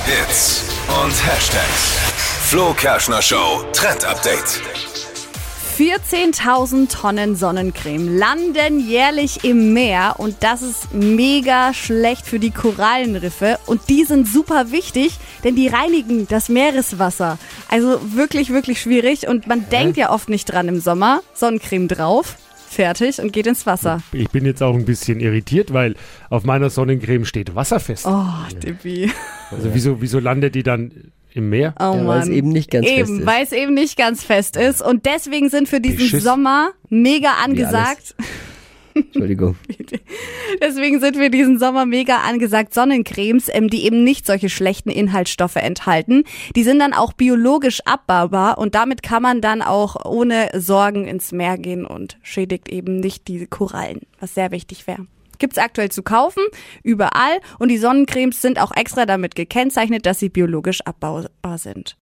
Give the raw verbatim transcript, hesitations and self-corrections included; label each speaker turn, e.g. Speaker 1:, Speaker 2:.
Speaker 1: Hits und Hashtags. Flo Kerschner Show Trend Update.
Speaker 2: vierzehntausend Tonnen Sonnencreme landen jährlich im Meer und das ist mega schlecht für die Korallenriffe und die sind super wichtig, denn die reinigen das Meereswasser. Also wirklich, wirklich schwierig und man denkt ja oft nicht dran im Sommer. Sonnencreme drauf, fertig und geht ins Wasser.
Speaker 3: Ich bin jetzt auch ein bisschen irritiert, weil auf meiner Sonnencreme steht wasserfest.
Speaker 2: Oh, Dippi.
Speaker 3: Also wieso, wieso landet die dann im Meer?
Speaker 2: Oh
Speaker 4: Ja,
Speaker 2: Mann.
Speaker 4: weil es eben nicht ganz
Speaker 2: eben,
Speaker 4: fest ist.
Speaker 2: weil es eben nicht ganz fest ist. Und deswegen sind für diesen
Speaker 3: Beschiss.
Speaker 2: Sommer mega angesagt.
Speaker 4: Entschuldigung.
Speaker 2: Deswegen sind für diesen Sommer mega angesagt Sonnencremes, ähm, die eben nicht solche schlechten Inhaltsstoffe enthalten. Die sind dann auch biologisch abbaubar und damit kann man dann auch ohne Sorgen ins Meer gehen und schädigt eben nicht die Korallen, was sehr wichtig wäre. Gibt's aktuell zu kaufen, überall. Und die Sonnencremes sind auch extra damit gekennzeichnet, dass sie biologisch abbaubar sind.